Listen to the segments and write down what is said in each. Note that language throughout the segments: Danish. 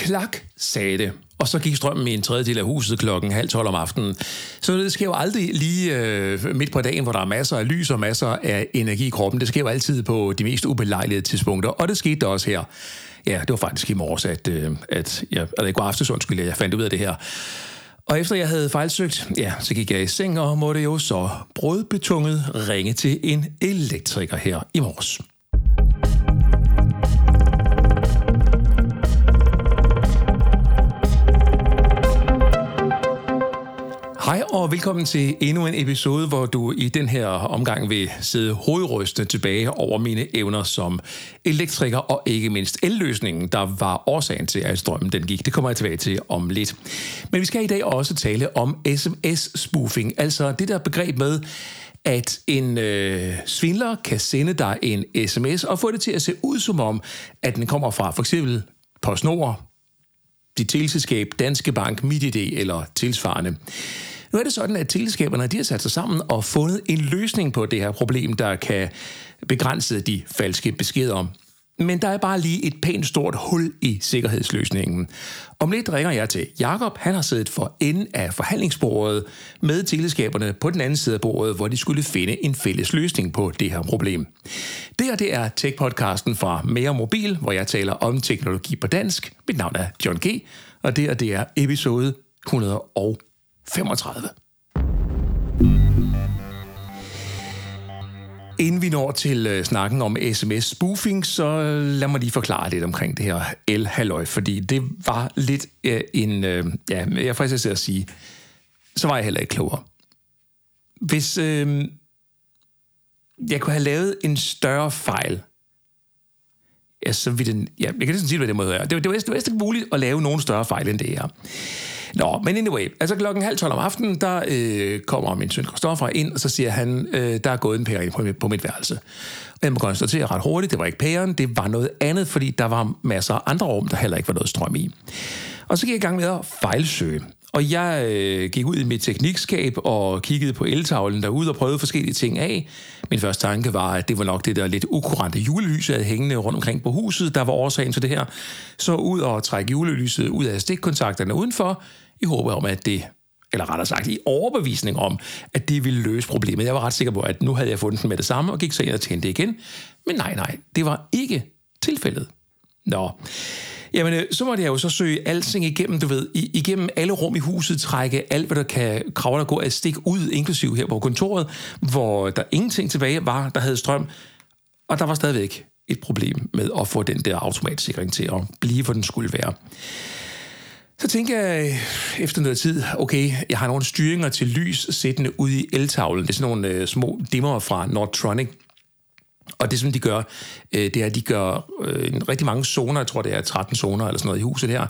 klak, sagde det. Og så gik strømmen i en tredjedel af huset klokken 11:30 om aftenen. Så det sker jo aldrig lige midt på dagen, hvor der er masser af lys og masser af energi i kroppen. Det sker jo altid på de mest ubelejlige tidspunkter, og det skete også her. Ja, det var faktisk i morges, at det går aftes, undskyld, jeg fandt ud af det her. Og efter jeg havde fejlsøgt, så gik jeg i seng og måtte jo så brødbetunget ringe til en elektriker her i morges. Hej og velkommen til endnu en episode, hvor du i den her omgang vil sidde hovedrystende tilbage over mine evner som elektriker og ikke mindst elløsningen, der var årsagen til, at strømmen den gik. Det kommer jeg tilbage til om lidt. Men vi skal i dag også tale om SMS-spoofing, altså det der begreb med, at en svindler kan sende dig en sms og få det til at se ud som om, at den kommer fra for eksempel PostNord, dit teleselskab, Danske Bank, MitID eller tilsvarende. Nu er det sådan, at teleselskaberne de har sat sig sammen og fundet en løsning på det her problem, der kan begrænse de falske beskeder. Men der er bare lige et pænt stort hul i sikkerhedsløsningen. Om lidt ringer jeg til Jakob. Han har siddet for enden af forhandlingsbordet med teleselskaberne på den anden side af bordet, hvor de skulle finde en fælles løsning på det her problem. Det er Tech-podcasten fra Mere Mobil, hvor jeg taler om teknologi på dansk. Mit navn er John G., og det er episode 135. Inden vi når til snakken om SMS-spoofing, så lad mig lige forklare lidt omkring det her el-halløj, fordi det var lidt jeg får til at sige, så var jeg heller ikke klogere. Hvis jeg kunne have lavet en større fejl, så ville den, jeg kan næsten sige, hvad det må være. Det var ikke muligt at lave nogen større fejl end det her. Nå, men anyway, altså klokken 11:30 om aftenen, der kommer min søn Christoffer ind, og så siger han, der er gået en pære ind på mit værelse. Og jeg må konstatere ret hurtigt, det var ikke pæren, det var noget andet, fordi der var masser af andre rum, der heller ikke var noget strøm i. Og så gik jeg i gang med at fejlsøge. Og jeg gik ud i mit teknikskab og kiggede på eltavlen derude og prøvede forskellige ting af. Min første tanke var, at det var nok det der lidt ukurante julelys, jeg havde hængende rundt omkring på huset, der var årsagen til det her. Så ud og trække julelyset ud af stikkontakterne udenfor, i håb om, at det, eller rettere sagt i overbevisning om, at det ville løse problemet. Jeg var ret sikker på, at nu havde jeg fundet den med det samme, og gik så ind og tændte det igen. Men nej, det var ikke tilfældet. Nå, jamen, så måtte jeg jo så søge alting igennem, igennem alle rum i huset, trække alt, hvad der kan kravle og gå af stik ud, inklusiv her på kontoret, hvor der ingenting tilbage var, der havde strøm, og der var stadigvæk et problem med at få den der automatsikring til at blive, hvor den skulle være. Så tænker jeg efter noget tid, okay, jeg har nogle styringer til lys siddende ude i eltavlen. Det er sådan nogle små dimmer fra Nordtronic. Og det, som de gør, det er, at de gør rigtig mange zoner, jeg tror, det er 13 zoner eller sådan noget i huset her,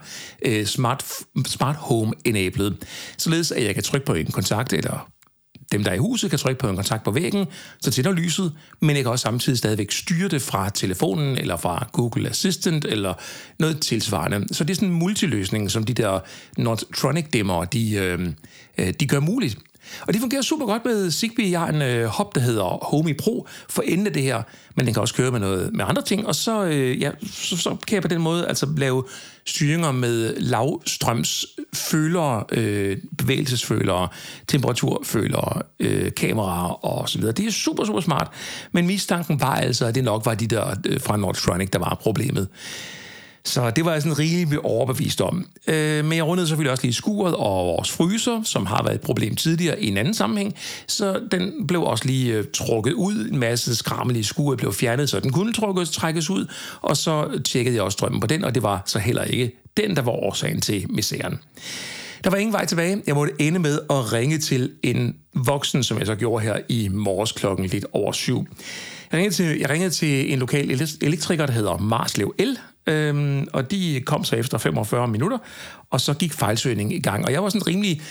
smart home enabled. Således, at jeg kan trykke på en kontakt, eller dem, der er i huset, kan trykke på en kontakt på væggen, så tænder lyset, men jeg kan også samtidig stadigvæk styre det fra telefonen, eller fra Google Assistant, eller noget tilsvarende. Så det er sådan en multiløsning, som de der Nordtronic-dimmer, de gør muligt. Og det fungerer super godt med Zigbee. Jeg har en hub, der hedder Homey Pro for enden af det her, men den kan også køre med andre ting, og så kan jeg på den måde altså lave styringer med lavstrømsfølere, bevægelsesfølere, temperaturfølere, kameraer og så videre. Det er super, super smart, men mistanken var altså, at det nok var de der fra Nordtronic, der var problemet. Så det var jeg sådan rimelig overbevist om. Men jeg rundede selvfølgelig også lige skuret og vores fryser, som har været et problem tidligere i en anden sammenhæng, så den blev også lige trukket ud. En masse skrammelige skuer blev fjernet, så den kunne trækkes ud, og så tjekkede jeg også strømmen på den, og det var så heller ikke den, der var årsagen til misæren. Der var ingen vej tilbage. Jeg måtte ende med at ringe til en voksen, som jeg så gjorde her i morges klokken lidt over 7. Jeg ringede til en lokal elektriker, der hedder Marslev El, og de kom så efter 45 minutter, og så gik fejlsøgningen i gang. Og jeg var sådan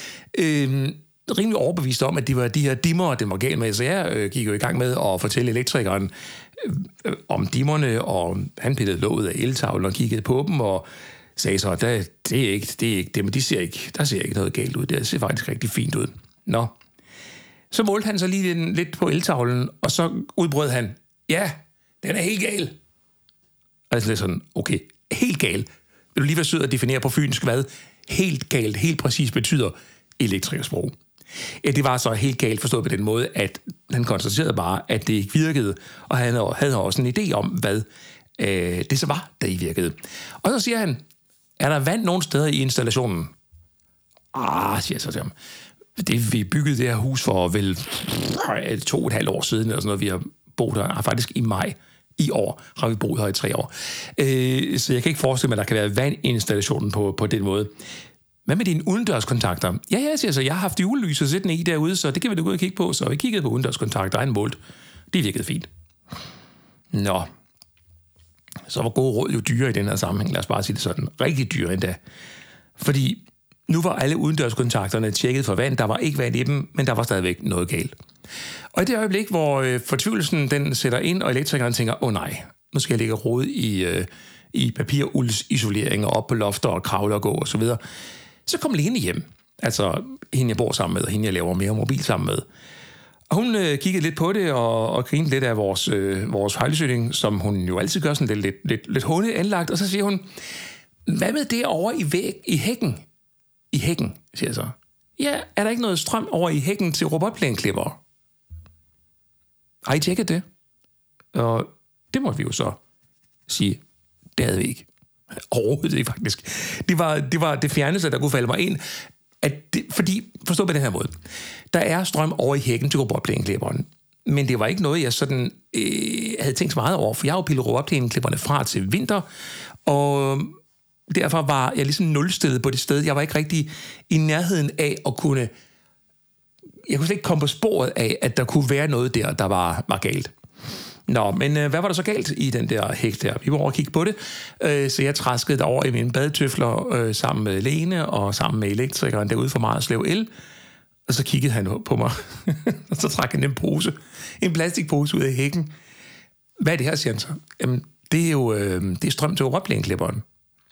rimelig overbevist om, at det var de her dimmer, det var galt med. Så jeg gik jo i gang med at fortælle elektrikeren om dimmerne, og han pillede låget af eltavlen og kiggede på dem, og sagde så, det er ikke det, men der ser ikke noget galt ud. Det ser faktisk rigtig fint ud. Nå. Så målte han så lige lidt på eltavlen, og så udbrød han, ja, den er helt gal. Og jeg er sådan, okay, helt gal. vil du lige være sød at definere på fynsk, hvad helt galt, helt præcis betyder elektrikersprog? Ja, det var så helt galt forstået på den måde, at han konstaterede bare, at det ikke virkede, og han havde også en idé om, hvad det så var, der ikke virkede. Og så siger han, er der vand nogen steder i installationen? Siger jeg så til ham. Vi byggede det her hus for vel 2,5 år siden, eller sådan noget. Vi har boet her faktisk i maj i år, har vi boet her i 3 år. Så jeg kan ikke forestille mig, at der kan være vand i installationen på den måde. Hvad med dine udendørskontakter? Ja, jeg siger så, jeg har haft julelyset siddende i derude, så det kan vi da gå ud og kigge på. Så vi kiggede på udendørskontakter, en målt. Det virkede fint. Nå, så var gode råd jo dyre i den her sammenhæng. Lad os bare sige det sådan. Rigtig dyre endda. Fordi nu var alle udendørskontakterne tjekket for vand. Der var ikke vand i dem, men der var stadigvæk noget galt. Og i det øjeblik, hvor fortvivlelsen den sætter ind, og elektrikeren tænker, nej, nu skal jeg lægge rod i papirulsisoleringer op på lofter og kravle og gå og så videre. Så kom Lene hjem. Altså hende, jeg bor sammen med, og hende, jeg laver mere mobil sammen med. Og hun kiggede lidt på det og grinede lidt af vores fejlsøgning, som hun jo altid gør sådan lidt hurtigt anlagt. Og så siger hun, hvad med det over i hækken? I hækken, siger jeg så. Ja, er der ikke noget strøm over i hækken til robotplæneklipper? Har I tjekket det? Og det må vi jo så sige, det havde vi ikke. Overhovedet ikke, faktisk. Det var det fjerneste, der kunne falde mig ind. Fordi, forstå på den her måde, der er strøm over i hækken til robotplæneklipperen. Men det var ikke noget, jeg sådan havde tænkt så meget over, for jeg har jo pillet robotplæneklipperne fra til vinter, og derfor var jeg ligesom nulstillet på det sted. Jeg var ikke rigtig i nærheden af at kunne... Jeg kunne slet ikke komme på sporet af, at der kunne være noget der var galt. Nå, men hvad var der så galt i den der hæk der? Vi var over og kigge på det, så jeg traskede derover i mine badetøfler sammen med Lene og sammen med elektrikeren derude for Marslev El. Og så kiggede han på mig, og så trak han en plastikpose ud af hækken. Hvad er det her, siger han så? Jamen, det er jo det er strøm til robotplæneklipperen.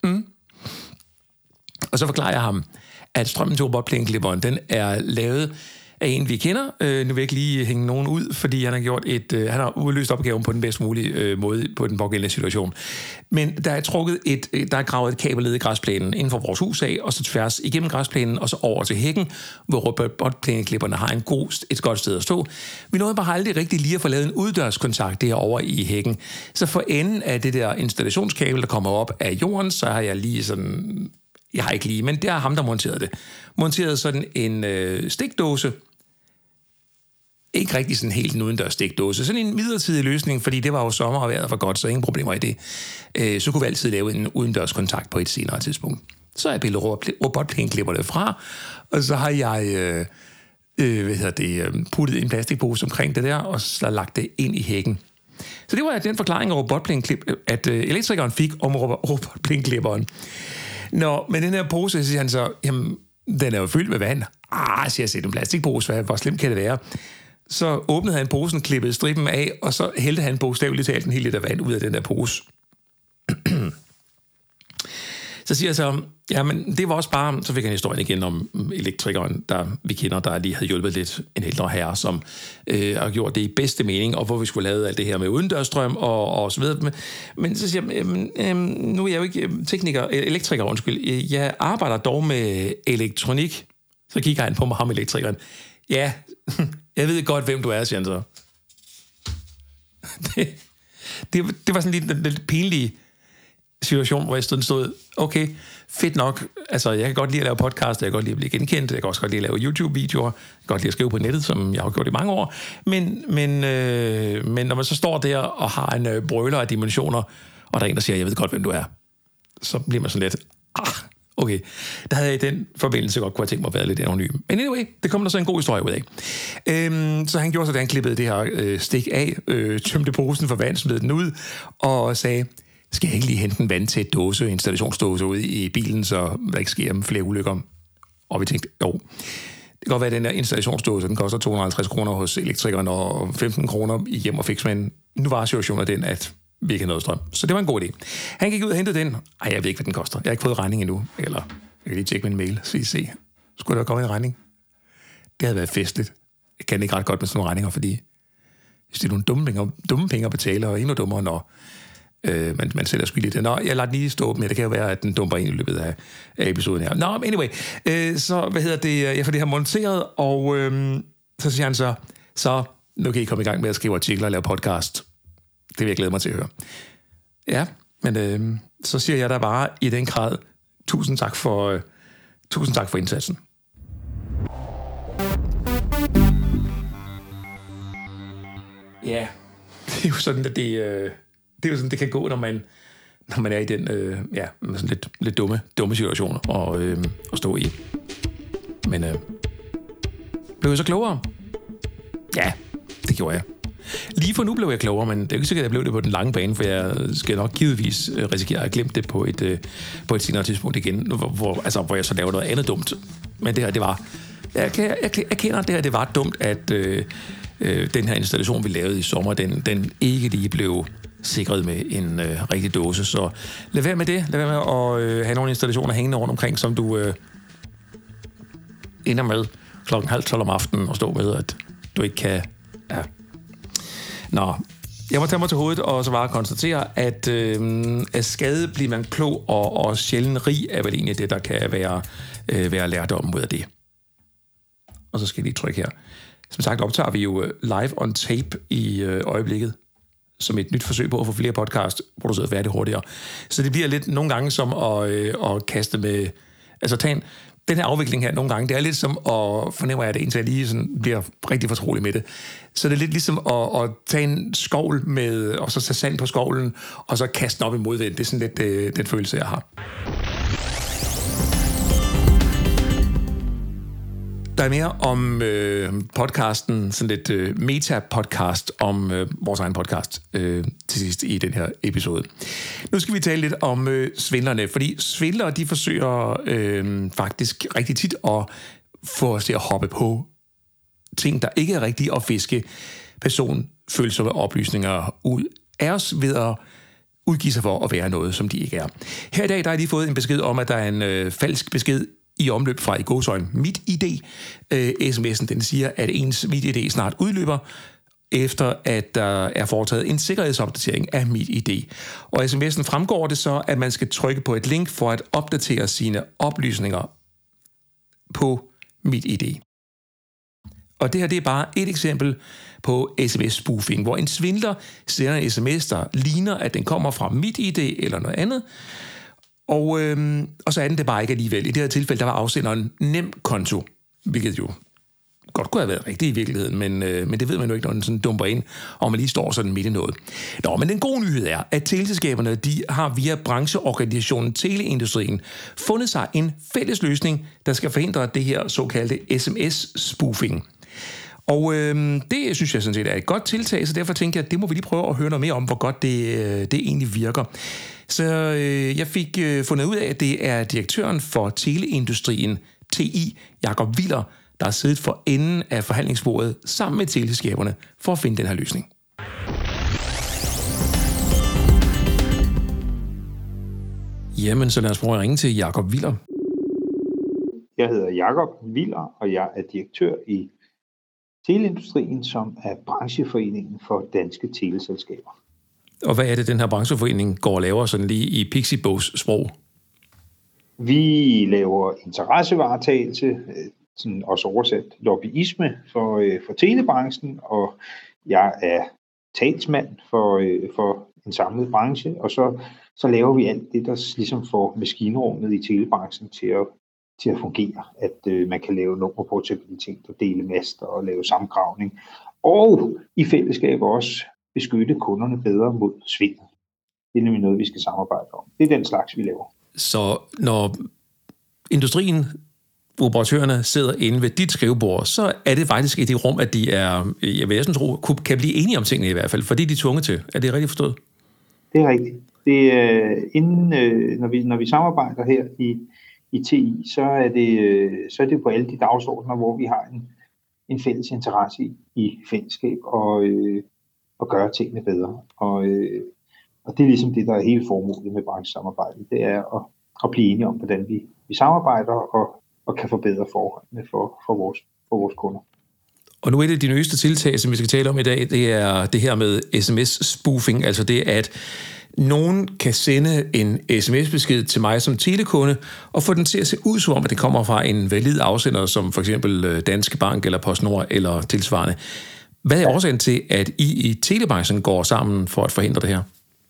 Og så forklarer jeg ham, at strømmen til robotplæneklipperen, den er lavet af en, vi kender. Nu vil jeg ikke lige hænge nogen ud, fordi han har udløst opgaven på den bedst mulige måde på den pågældende situation. Men der er gravet et kabel ned i græsplænen inden for vores hus af, og så tværs igennem græsplænen, og så over til hækken, hvor robotplæneklipperne har et godt sted at stå. Vi nåede bare aldrig rigtig lige at få lavet en uddørskontakt derovre i hækken. Så for enden af det der installationskabel, der kommer op af jorden, så har jeg lige sådan... Jeg har ikke lige, men det er ham, der monterede det. Monterede sådan en stikdåse. Ikke rigtig sådan helt en udendørs stikdåse. Sådan en midlertidig løsning, fordi det var jo sommer og vejret var godt, så ingen problemer i det. Så kunne vi altid lave en udendørs kontakt på et senere tidspunkt. Så har jeg pillet robotplæneklipperne fra, og så har jeg puttet en plastikpose omkring det der, og så lagt det ind i hækken. Så det var den forklaring af at elektrikeren fik om robotplæneklipperen. Nå, men den her pose, siger han så, jamen, den er jo fyldt med vand. Siger jeg, se, en plastikpose, hvor slemt kan det være? Så åbnede han posen, klippede strippen af, og så hældte han bogstaveligt talt en hel liter vand ud af den der pose. Så siger jeg så, jamen, det var også bare, så fik han historien igen om elektrikeren, der vi kender, der lige havde hjulpet lidt en ældre herre, som har gjort det i bedste mening, og hvor vi skulle lave alt det her med udendørsstrøm og så videre. Men så siger jeg, nu er jeg jo ikke elektriker, jeg arbejder dog med elektronik. Så kigger han på mig, ham elektrikeren. Ja, jeg ved godt, hvem du er, siger han så. Det var sådan lidt pinlig situation, hvor jeg stod, okay, fedt nok, altså jeg kan godt lide at lave podcast, jeg kan godt lide at blive genkendt, jeg kan også godt lide at lave YouTube-videoer, jeg kan godt lide at skrive på nettet, som jeg har gjort i mange år, men når man så står der og har en brøler af dimensioner, og der er en, der siger, jeg ved godt, hvem du er, så bliver man sådan lidt, okay, der havde jeg i den forbindelse godt kunne have tænkt mig at være lidt anonym. Men anyway, det kom der så en god historie ud af. Så han gjorde så, da han klippede det her stik af, tømte posen for vand, smed den ud, og sagde, skal jeg ikke lige hente en vandtæt installationsdåse ud i bilen, så der ikke sker flere ulykker? Og vi tænkte, jo, det kan godt være, at den der installationsdåse, den koster 250 kroner hos elektrikeren og 15 kroner i hjem og fix, men nu var situationen den, at vi ikke havde noget strøm. Så det var en god idé. Han gik ud og hentede den. Jeg ved ikke, hvad den koster. Jeg har ikke fået regning endnu. Eller jeg kan lige tjekke min mail. Se. Skulle der komme en regning? Det havde været festligt. Jeg kan ikke ret godt med sådan nogle regninger, fordi hvis det er nogle dumme penge at betale, og endnu dummere, når Man sælger sgu lidt. Nå, jeg lader den lige stå, men det kan jo være, at den dumper ind i løbet af episoden her. Nå, anyway, jeg får det her monteret, og så siger han så nu kan I komme i gang med at skrive artikler og lave podcast. Det vil jeg glæde mig til at høre. Ja, men så siger jeg da bare i den grad, tusind tak for indsatsen. Ja, det er jo sådan, at det er jo sådan, det kan gå, når man er i den sådan lidt dumme situation at stå i. Men blev jeg så klogere? Ja, det gjorde jeg. Lige for nu blev jeg klogere, men det er jo ikke sikkert, at jeg blev det på den lange bane, for jeg skal nok givetvis risikere at have glemt det på et senere tidspunkt igen, hvor jeg så laver noget andet dumt. Men det her, det var... Jeg kender, at det her, det var dumt, at den her installation, vi lavede i sommer, den ikke lige blev sikret med en rigtig dåse. Så lad være med det. Lad være med at have nogle installationer hængende rundt omkring, som du ender med 11:30 om aftenen og stå med, at du ikke kan... Ja. Nå, jeg må tage mig til hovedet og så bare konstatere, at af skade bliver man klog og sjældent rig er vel egentlig det, der kan være lærdommen ud af det. Og så skal jeg lige trykke her. Som sagt optager vi jo live on tape i øjeblikket, som et nyt forsøg på at få flere podcast produceret færdigt hurtigere. Så det bliver lidt nogle gange som at kaste med... Altså tage den her afvikling her nogle gange, det er lidt som at fornemme, at det indtil jeg lige sådan bliver rigtig fortrolig med det. Så det er lidt ligesom at tage en skovl med, og så tage sand på skovlen, og så kaste den op i modvind. Det er sådan lidt den følelse, jeg har. Der er mere om podcasten, sådan lidt meta-podcast om vores egen podcast til sidst i den her episode. Nu skal vi tale lidt om svindlerne, fordi svindlere, de forsøger faktisk rigtig tit at få os til at hoppe på ting, der ikke er rigtige, og fiske personfølsomme oplysninger ud af os ved at udgive sig for at være noget, som de ikke er. Her i dag, der har de fået en besked om, at der er en falsk besked i omløb fra i gåseøjne MitID. SMS'en, den siger, at ens MitID snart udløber, efter at der er foretaget en sikkerhedsopdatering af MitID. Og sms'en fremgår det så, at man skal trykke på et link for at opdatere sine oplysninger på MitID. Og det her, det er bare et eksempel på sms-spoofing, hvor en svindler sender en sms, der ligner, at den kommer fra MitID eller noget andet, og så er den det bare ikke alligevel. I det her tilfælde, der var afsenderen NemKonto, hvilket jo godt kunne have været rigtigt i virkeligheden, men det ved man jo ikke, når den sådan dumper ind, og man lige står sådan midt i noget. Nå, men den gode nyhed er, at teleselskaberne, de har via brancheorganisationen Teleindustrien fundet sig en fælles løsning, der skal forhindre det her såkaldte SMS-spoofing. Og det synes jeg sådan set er et godt tiltag, så derfor tænker jeg, at det må vi lige prøve at høre noget mere om, hvor godt det egentlig virker. Så jeg fik fundet ud af, at det er direktøren for Teleindustrien, TI, Jakob Willer, der har siddet for enden af forhandlingsbordet sammen med teleselskaberne for at finde den her løsning. Jamen, så lad os prøve at ringe til Jakob Willer. Jeg hedder Jakob Willer, og jeg er direktør i Teleindustrien, som er brancheforeningen for danske teleselskaber. Og hvad er det, den her brancheforening går og laver sådan lige i Pixibogs sprog? Vi laver interessevaretagelse, sådan også oversat lobbyisme for telebranchen, og jeg er talsmand for en samlet branche, og så laver vi alt det, der ligesom får maskinrummet i telebranchen til at fungere, at man kan lave nummerportabilitet og dele master og lave samgravning, og i fællesskab også beskytte kunderne bedre mod svindel. Det er nemlig noget, vi skal samarbejde om. Det er den slags, vi laver. Så når industrien, operatørerne sidder inde ved dit skrivebord, så er det faktisk i det rum, at de er, jeg vil næsten tro, kan blive enige om tingene i hvert fald, fordi de er tvunget til. Er det rigtigt forstået? Det er rigtigt. Det er når vi samarbejder her i TI, så er det på alle de dagsordner, hvor vi har en fælles interesse i fællesskab og gøre tingene bedre. Og det er ligesom det, der er hele formålet med branchesamarbejdet. Det er at blive enige om, hvordan vi samarbejder og kan forbedre forholdene for vores kunder. Og nu er det de nyeste tiltag, som vi skal tale om i dag, det er det her med SMS-spoofing, altså det at nogen kan sende en sms-besked til mig som telekunde, og få den til at se ud som om, at det kommer fra en valid afsender, som for eksempel Danske Bank eller PostNord eller tilsvarende. Hvad er årsagen til, at I telebranchen går sammen for at forhindre det her?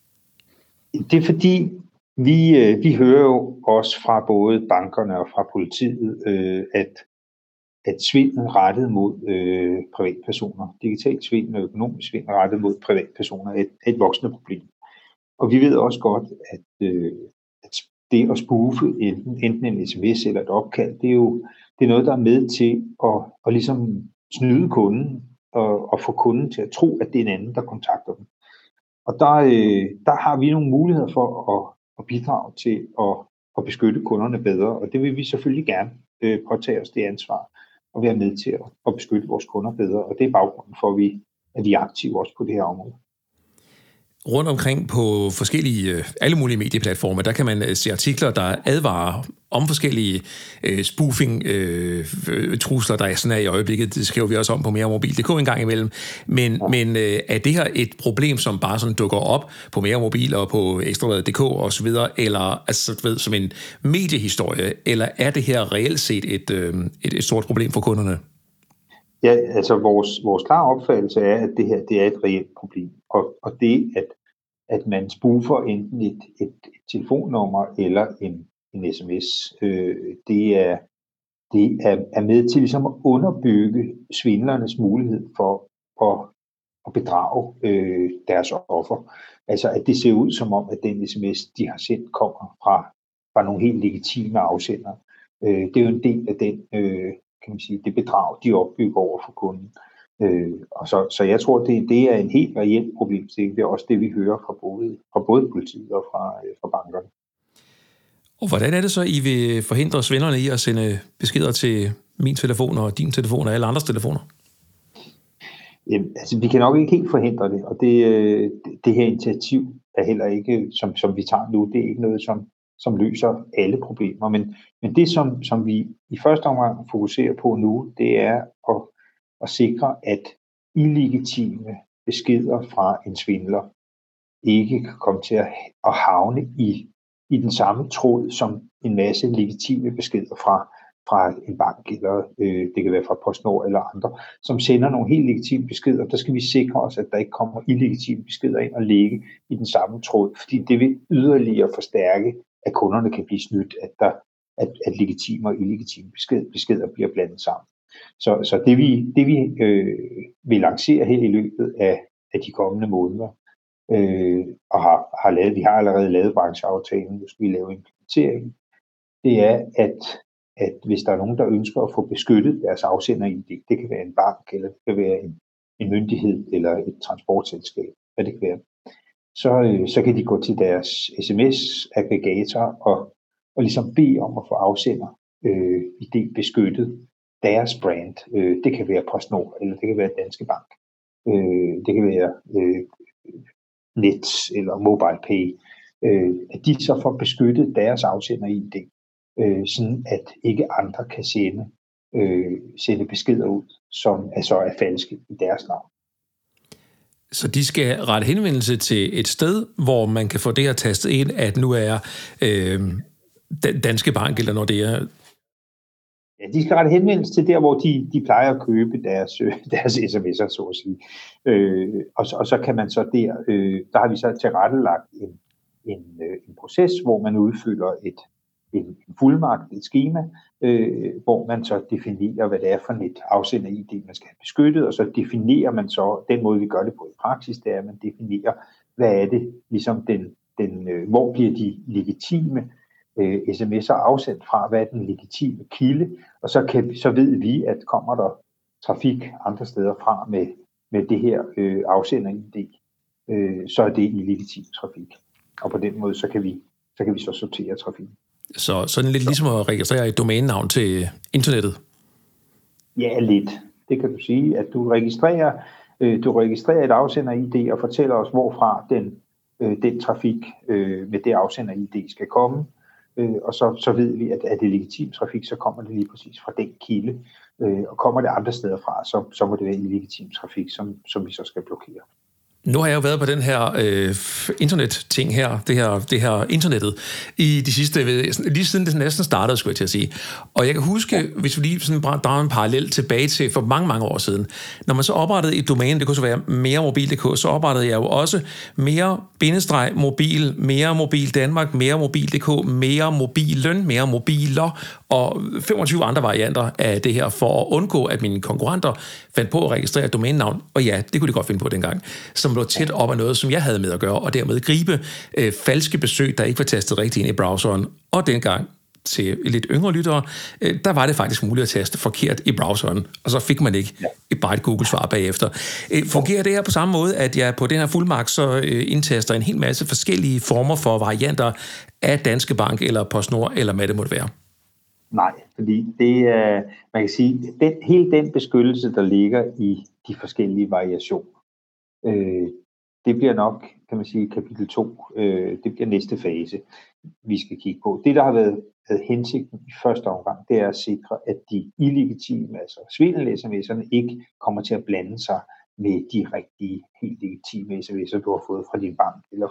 Det er fordi, vi hører jo også fra både bankerne og fra politiet, at svindel rettet mod privatpersoner, digital svindel og økonomisk svindel rettet mod privatpersoner er et voksende problem. Og vi ved også godt, at det at spoofe enten en sms eller et opkald, det er noget, der er med til at ligesom snyde kunden og få kunden til at tro, at det er en anden, der kontakter dem. Og der har vi nogle muligheder for at bidrage til at beskytte kunderne bedre, og det vil vi selvfølgelig gerne påtage os det ansvar og være med til at beskytte vores kunder bedre, og det er baggrunden for, at vi er aktive også på det her område. Rundt omkring på forskellige, alle mulige medieplatforme, der kan man se artikler, der advarer om forskellige spoofing-trusler, der er sådan her i øjeblikket. Det skriver vi også om på meremobil.dk en gang imellem. Men er det her et problem, som bare sådan dukker op på Meremobil og på Ekstrabladet.dk og så videre, eller altså, som en mediehistorie, eller er det her reelt set et stort problem for kunderne? Ja, altså vores klare opfattelse er, at det her det er et reelt problem. Og det, at man spoofer enten et telefonnummer eller en sms, det er med til ligesom at underbygge svindlernes mulighed for at bedrage deres offer. Altså at det ser ud som om, at den sms, de har sendt, kommer fra nogle helt legitime afsendere. Det er jo en del af den kan man sige, det bedrag, de opbygger over for kunden. Og så jeg tror, det er en helt reel problemstilling. Det er også det, vi hører fra både politiet og fra bankerne. Og hvordan er det så, I vil forhindre svindlerne i at sende beskeder til min telefon og din telefon og alle andres telefoner? Altså, vi kan nok ikke helt forhindre det, og det her initiativ er heller ikke, som vi tager nu, det er ikke noget, som løser alle problemer. Men det, som vi i første omgang fokuserer på nu, det er at sikre, at illegitime beskeder fra en svindler ikke kan komme til at havne i den samme tråd som en masse legitime beskeder fra en bank, eller det kan være fra PostNord eller andre, som sender nogle helt legitime beskeder. Der skal vi sikre os, at der ikke kommer illegitime beskeder ind og ligge i den samme tråd, fordi det vil yderligere forstærke, at kunderne kan blive snydt, at legitime og illegitime beskeder bliver blandet sammen. Så det vi vil lancere her i løbet af de kommende måneder, og vi har allerede lavet brancheaftalen, nu skal vi lave implementeringen, det er, at hvis der er nogen, der ønsker at få beskyttet deres afsender-ID, det kan være en bank, eller det kan være en myndighed, eller et transportselskab, hvad det kan være, så kan de gå til deres sms-aggregator og ligesom bede om at få afsender-ID beskyttet deres brand. Det kan være PostNord, eller det kan være Danske Bank. Det kan være Nets eller MobilePay. At de så får beskyttet deres afsender-ID, sådan at ikke andre kan sende beskeder ud, som så er falske i deres navn. Så de skal rette henvendelse til et sted, hvor man kan få det her tastet ind, at nu er Danske Bank eller Nordea? Ja, de skal rette henvendelse til der, hvor de plejer at købe deres sms'er, så at sige. Og så kan man så der har vi så tilrettelagt en proces, hvor man udfylder en fuldmagt, et skema, hvor man så definerer, hvad det er for et afsender-ID, man skal have beskyttet, og så definerer man så, den måde vi gør det på i praksis, det er, at man definerer, hvad er det, ligesom hvor bliver de legitime sms'er afsendt fra, hvad er den legitime kilde, og så ved vi, at kommer der trafik andre steder fra med det her afsender-ID, så er det illegitim trafik. Og på den måde, så kan vi så sortere trafikken. Så sådan lidt ligesom at registrere et domænenavn til internettet? Ja, lidt. Det kan du sige, at du registrerer et afsender-ID og fortæller os, hvorfra den trafik med det afsender-ID skal komme. Og så ved vi, at er det legitim trafik, så kommer det lige præcis fra den kilde. Og kommer det andre steder fra, så må det være illegitim trafik, som vi så skal blokere. Nu har jeg jo været på den her internet-ting her, det her internettet, i de sidste, lige siden det næsten startede, skulle jeg til at sige. Og jeg kan huske, hvis vi lige sådan drager en parallel tilbage til for mange, mange år siden, når man så oprettede et domæne, det kunne så være meremobil.dk, så oprettede jeg jo også mere-mobil, mere mobil Danmark, mere mobil.dk, mere mobilen, mere mobiler, og 25 andre varianter af det her, for at undgå, at mine konkurrenter fandt på at registrere et domænenavn. Og ja, det kunne de godt finde på dengang, som lå tæt op af noget, som jeg havde med at gøre, og dermed gribe falske besøg, der ikke var tastet rigtigt ind i browseren. Og dengang, til lidt yngre lyttere, der var det faktisk muligt at taste forkert i browseren, og så fik man ikke bare et Google-svar bagefter. Fungerer det her på samme måde, at jeg på den her fuldmagt så indtaster en hel masse forskellige former for varianter af Danske Bank, eller PostNord, eller hvad det måtte være? Nej, fordi det er, man kan sige, hele den beskyttelse, der ligger i de forskellige variationer, det bliver nok, kan man sige, kapitel 2, det bliver næste fase, vi skal kigge på. Det, der har været hensigten i første omgang, det er at sikre, at de illegitime, altså svindel-sms'erne, ikke kommer til at blande sig med de rigtige, helt legitime sms'er, du har fået fra din bank, eller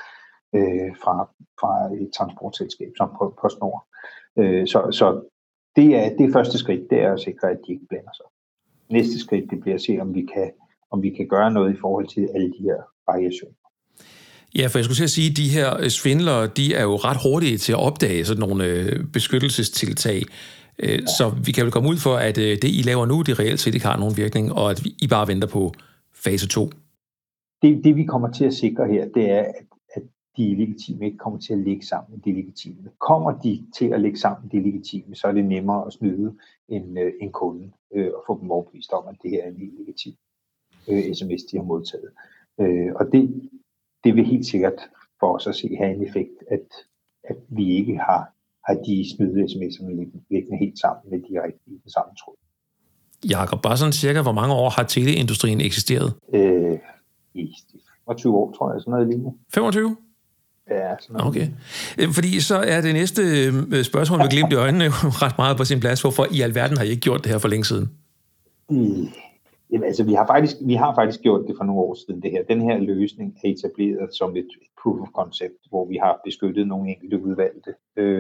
fra et transportselskab som PostNord. Så det er første skridt, det er at sikre, at de ikke blander sig. Næste skridt, det bliver at se, om vi kan gøre noget i forhold til alle de her variationer. Ja, for jeg skulle til at sige, at de her svindlere, de er jo ret hurtige til at opdage sådan nogle beskyttelsestiltag. Så vi kan vel komme ud for, at det, I laver nu, det reelt set ikke har nogen virkning, og at I bare venter på fase 2. Det vi kommer til at sikre her, det er, at de illegitime ikke kommer til at ligge sammen med de legitime. Kommer de til at ligge sammen med de legitime, så er det nemmere at snyde en kunde og få dem overbevist om, at det her er en helt legitim sms, de har modtaget. Og det vil helt sikkert for os at se have en effekt, at vi ikke har de snyde sms'erne liggende helt sammen med de rigtige sammentråd. Jakob, bare sådan cirka, hvor mange år har teleindustrien eksisteret? I 25 år, tror jeg, sådan noget lignende. 25? Ja, sådan noget. Okay. Fordi så er det næste spørgsmål med glimt i øjnene jo ret meget på sin plads. Hvorfor i alverden har I ikke gjort det her for længe siden? Jamen, altså, vi har faktisk gjort det for nogle år siden, det her. Den her løsning er etableret som et proof of concept, hvor vi har beskyttet nogle enkelte udvalgte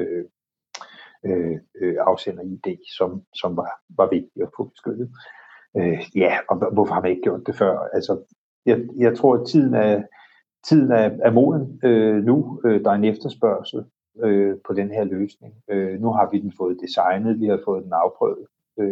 afsender-ID, som var vigtigt at få beskyttet. Og hvorfor har man ikke gjort det før? Altså, jeg tror, at tiden er moden nu. Der er en efterspørgsel på den her løsning. Nu har vi den fået designet, vi har fået den afprøvet.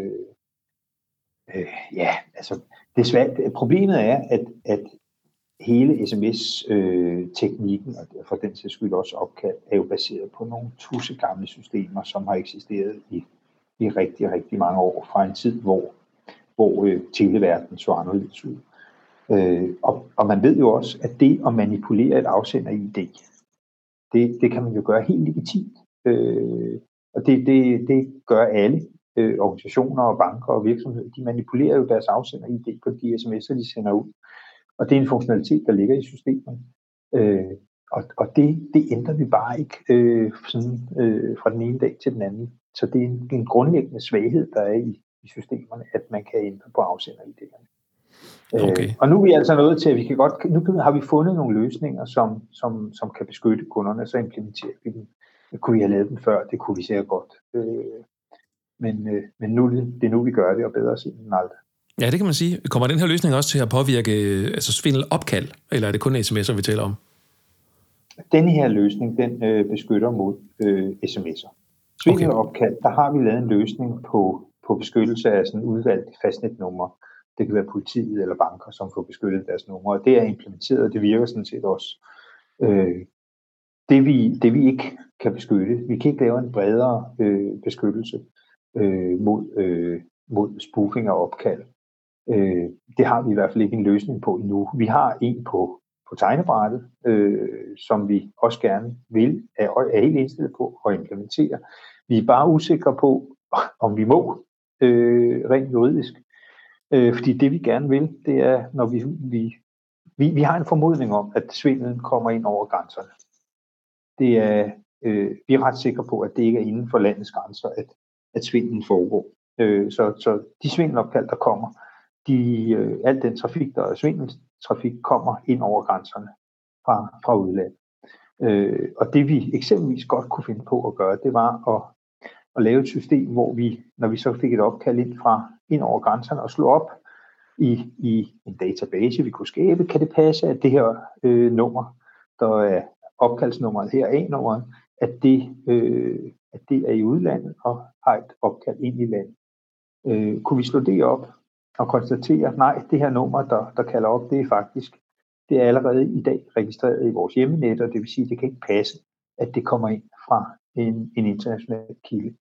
Problemet er, at hele SMS-teknikken, og for den sags skyld også opkald, er jo baseret på nogle tussegamle systemer, som har eksisteret i rigtig, rigtig mange år, fra en tid, hvor televerdenen så anderledes ud. Og man ved jo også, at det at manipulere et afsender-ID, det kan man jo gøre helt legitimt. Og det gør alle organisationer og banker og virksomheder. De manipulerer jo deres afsender-ID på de sms'er, de sender ud. Og det er en funktionalitet, der ligger i systemerne. Og det ændrer vi bare ikke fra den ene dag til den anden. Så det er en grundlæggende svaghed, der er i systemerne, at man kan ændre på afsender-ID'erne. Okay. Og nu er vi altså nået til, at nu har vi fundet nogle løsninger, som kan beskytte kunderne, så implementerer vi dem. Kunne vi have lavet dem før? Det kunne vi sikkert godt. Men nu vi gør det, og bedre sent end aldrig. Ja, det kan man sige. Kommer den her løsning også til at påvirke svindelopkald, eller er det kun sms'er, vi taler om? Denne her løsning, den beskytter mod sms'er. Svindelopkald, der har vi lavet en løsning på beskyttelse af sådan udvalgte fastnetnumre. Det kan være politiet eller banker, som får beskyttet deres numre. Og det er implementeret, og det virker sådan set også. Det vi ikke kan beskytte, vi kan ikke lave en bredere beskyttelse mod spoofing og opkald. Det har vi i hvert fald ikke en løsning på endnu. Vi har en på tegnebrættet, som vi også gerne vil, er helt indstillet på at implementere. Vi er bare usikre på, om vi må rent juridisk. Fordi det vi gerne vil, det er, når vi har en formodning om, at svindelen kommer ind over grænserne. Vi er ret sikre på, at det ikke er inden for landets grænser, at svindelen foregår. Så de svindelopkald, der kommer, al den trafik, der er trafik kommer ind over grænserne fra udlandet. Og det vi eksempelvis godt kunne finde på at gøre, det var at lave et system, hvor vi, når vi så fik et opkald ind over grænserne og slå op i en database, vi kunne skabe, kan det passe, at det her nummer, der er opkaldsnummeret her, A-nummeret, at det er i udlandet og har et opkald ind i landet. Kunne vi slå det op og konstatere, nej, det her nummer, der kalder op, det er allerede i dag registreret i vores hjemmenet, og det vil sige, at det kan ikke passe, at det kommer ind fra en international kilde.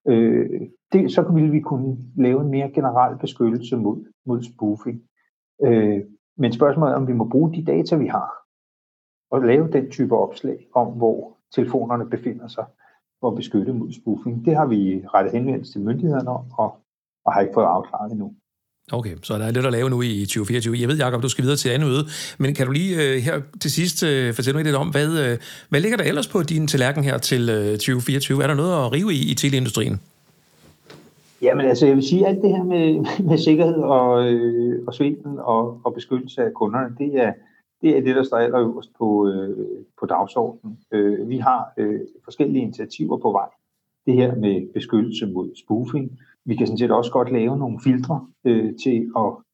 Så ville vi kunne lave en mere generel beskyttelse mod spoofing. Men spørgsmålet er, om vi må bruge de data, vi har, og lave den type opslag om, hvor telefonerne befinder sig, for at beskytte mod spoofing. Det har vi rettet henvendelse til myndighederne om, og har ikke fået afklaret endnu. Okay, så der er lidt at lave nu i 2024. Jeg ved, Jacob, du skal videre til andet møde, men kan du lige her til sidst fortælle mig lidt om, hvad ligger der ellers på din tallerken her til 2024? Er der noget at rive i teleindustrien? Jamen altså, jeg vil sige, at alt det her med sikkerhed og svindel og beskyttelse af kunderne, det er det, der står allerøverst på dagsordenen. Vi har forskellige initiativer på vej. Det her med beskyttelse mod spoofing. Vi kan sådan set også godt lave nogle filtre til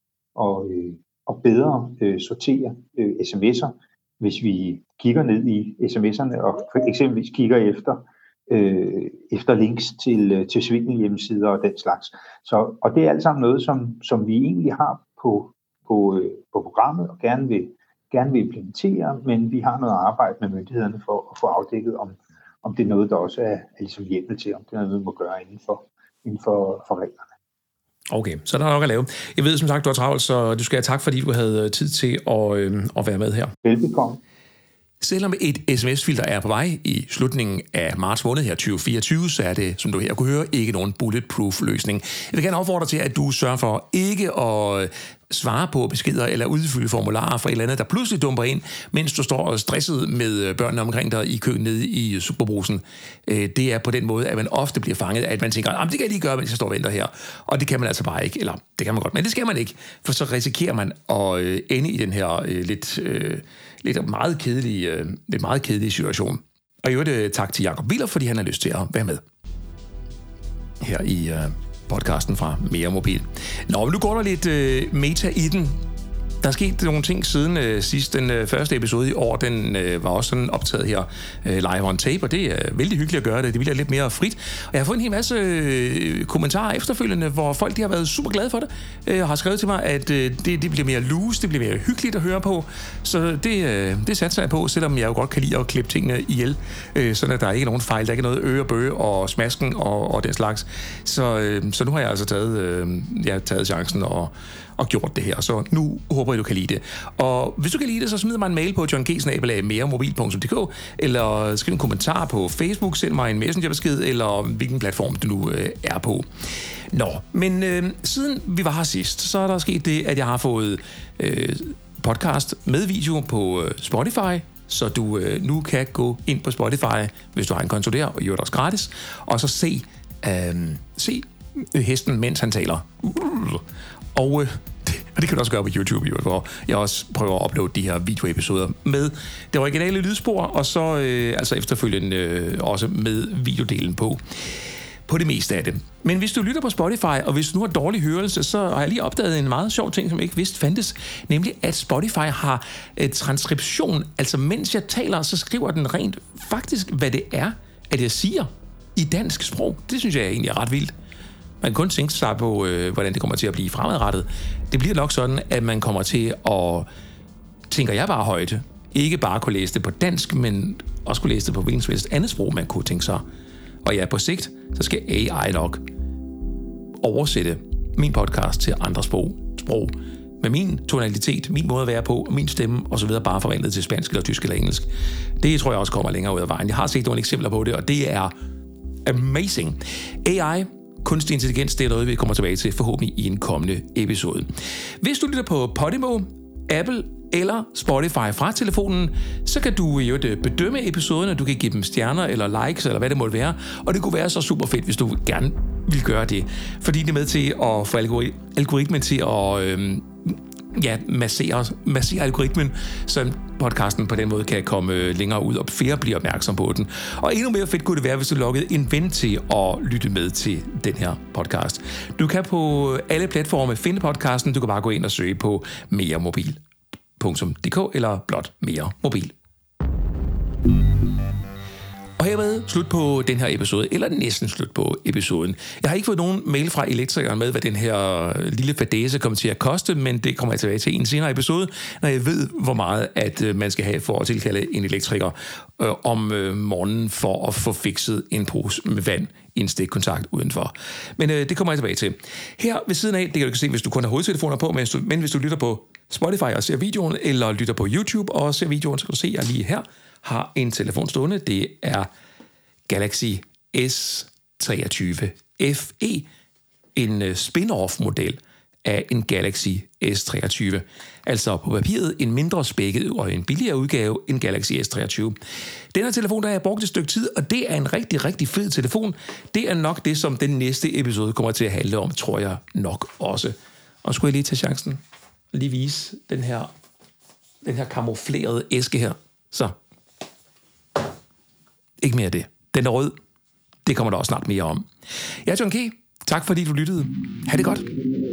at bedre sortere sms'er, hvis vi kigger ned i sms'erne og eksempelvis kigger efter links til svindelhjemmesider og den slags. Og det er alt sammen noget, som vi egentlig har på programmet og gerne vil implementere, men vi har noget arbejde med myndighederne for at få afdækket, om det er noget, der også er ligesom hjemmel til, om det er noget, vi må gøre inden for reglerne. Okay, så der er nok at lave. Jeg ved som sagt, du har travlt, så du skal have tak, fordi du havde tid til at være med her. Velbekomme. Selvom et sms-filter er på vej i slutningen af marts måned her 2024, så er det, som du her kunne høre, ikke nogen bulletproof løsning. Jeg vil gerne opfordre dig til, at du sørger for ikke at svare på beskeder eller udfylde formularer for et eller andet, der pludselig dumper ind, mens du står og stresset med børnene omkring dig i køen nede i Superbrugsen. Det er på den måde, at man ofte bliver fanget, at man tænker, det kan jeg lige gøre, mens jeg står og venter her. Og det kan man altså bare ikke, eller det kan man godt, men det skal man ikke, for så risikerer man at ende i den her lidt meget kedelige situation. Og i øvrigt tak til Jacob Willer, fordi han har lyst til at være med her i podcasten fra Mere Mobil. Nå, men nu går der lidt meta i den. Der er sket nogle ting siden sidst. Den første episode i år, den var også sådan optaget her live on tape, og det er vældig hyggeligt at gøre det. Det bliver lidt mere frit. Og jeg har fået en hel masse kommentarer efterfølgende, hvor folk de har været super glade for det, og har skrevet til mig, at det bliver mere loose, det bliver mere hyggeligt at høre på. Så det satser jeg på, selvom jeg jo godt kan lide at klippe tingene ihjel, sådan at der ikke er nogen fejl, der ikke er noget øre og bøge og smasken og den slags. Så nu har jeg altså taget chancen og gjort det her, så nu håber jeg, du kan lide det. Og hvis du kan lide det, så smid mig en mail på johng@meremobil.dk, eller skriv en kommentar på Facebook, send mig en messengerbesked, eller hvilken platform du nu er på. Nå, men siden vi var her sidst, så er der sket det, at jeg har fået podcast med video på Spotify, så du nu kan gå ind på Spotify, hvis du har en konto der, og gjør det også gratis, og så se hesten, mens han taler. Og det kan du også gøre på YouTube, hvor jeg også prøver at uploade de her videoepisoder med det originale lydspor, og så altså efterfølgende også med videodelen på det meste af det. Men hvis du lytter på Spotify, og hvis du nu har dårlig hørelse, så har jeg lige opdaget en meget sjov ting, som jeg ikke vidste fandtes, nemlig at Spotify har transkription. Altså mens jeg taler, så skriver den rent faktisk, hvad det er, at jeg siger i dansk sprog. Det synes jeg egentlig er ret vildt. Man kan kun tænke sig på, hvordan det kommer til at blive fremadrettet. Det bliver nok sådan, at man kommer til at, tænker jeg bare højt, ikke bare kunne læse det på dansk, men også kunne læse det på hvilken som helst andet sprog, man kunne tænke sig. Og ja, på sigt, så skal AI nok oversætte min podcast til andre sprog med min tonalitet, min måde at være på, min stemme osv. bare forvandlet til spansk eller tysk eller engelsk. Det tror jeg også kommer længere ud af vejen. Jeg har set nogle eksempler på det, og det er amazing. AI, kunstig intelligens, det er noget, vi kommer tilbage til forhåbentlig i en kommende episode. Hvis du lytter på Podimo, Apple eller Spotify fra telefonen, så kan du jo bedømme episoderne, du kan give dem stjerner eller likes, eller hvad det måtte være, og det kunne være så super fedt, hvis du gerne vil gøre det, fordi det er med til at få algoritmen til at massere algoritmen, så podcasten på den måde kan komme længere ud, og flere bliver opmærksom på den. Og endnu mere fedt kunne det være, hvis du loggede en ven til at lytte med til den her podcast. Du kan på alle platforme finde podcasten. Du kan bare gå ind og søge på meremobil.dk eller blot Mere Mobil. Og hermed slut på den her episode, eller næsten slut på episoden. Jeg har ikke fået nogen mail fra elektrikeren med, hvad den her lille fadæse kommer til at koste, men det kommer jeg tilbage til i en senere episode, når jeg ved, hvor meget at man skal have for at tilkalde en elektriker om morgenen for at få fikset en pose med vand i en stikkontakt udenfor. Men det kommer jeg tilbage til. Her ved siden af, det kan du ikke se, hvis du kun har hovedtelefoner på, men hvis du lytter på Spotify og ser videoen, eller lytter på YouTube og ser videoen, så kan du se, at jeg lige her har en telefon stående. Det er Galaxy S23 FE, en spin-off-model af en Galaxy S23. Altså på papiret en mindre spækket og en billigere udgave end Galaxy S23. Den her telefon, der har jeg brugt et stykke tid, og det er en rigtig, rigtig fed telefon. Det er nok det, som den næste episode kommer til at handle om, tror jeg nok også. Og skulle jeg lige tage chancen og lige vise den her kamuflerede æske her. Så. Ikke mere af det. Den er rød. Det kommer der også snart mere om. Jeg er John K. Tak fordi du lyttede. Ha' det godt.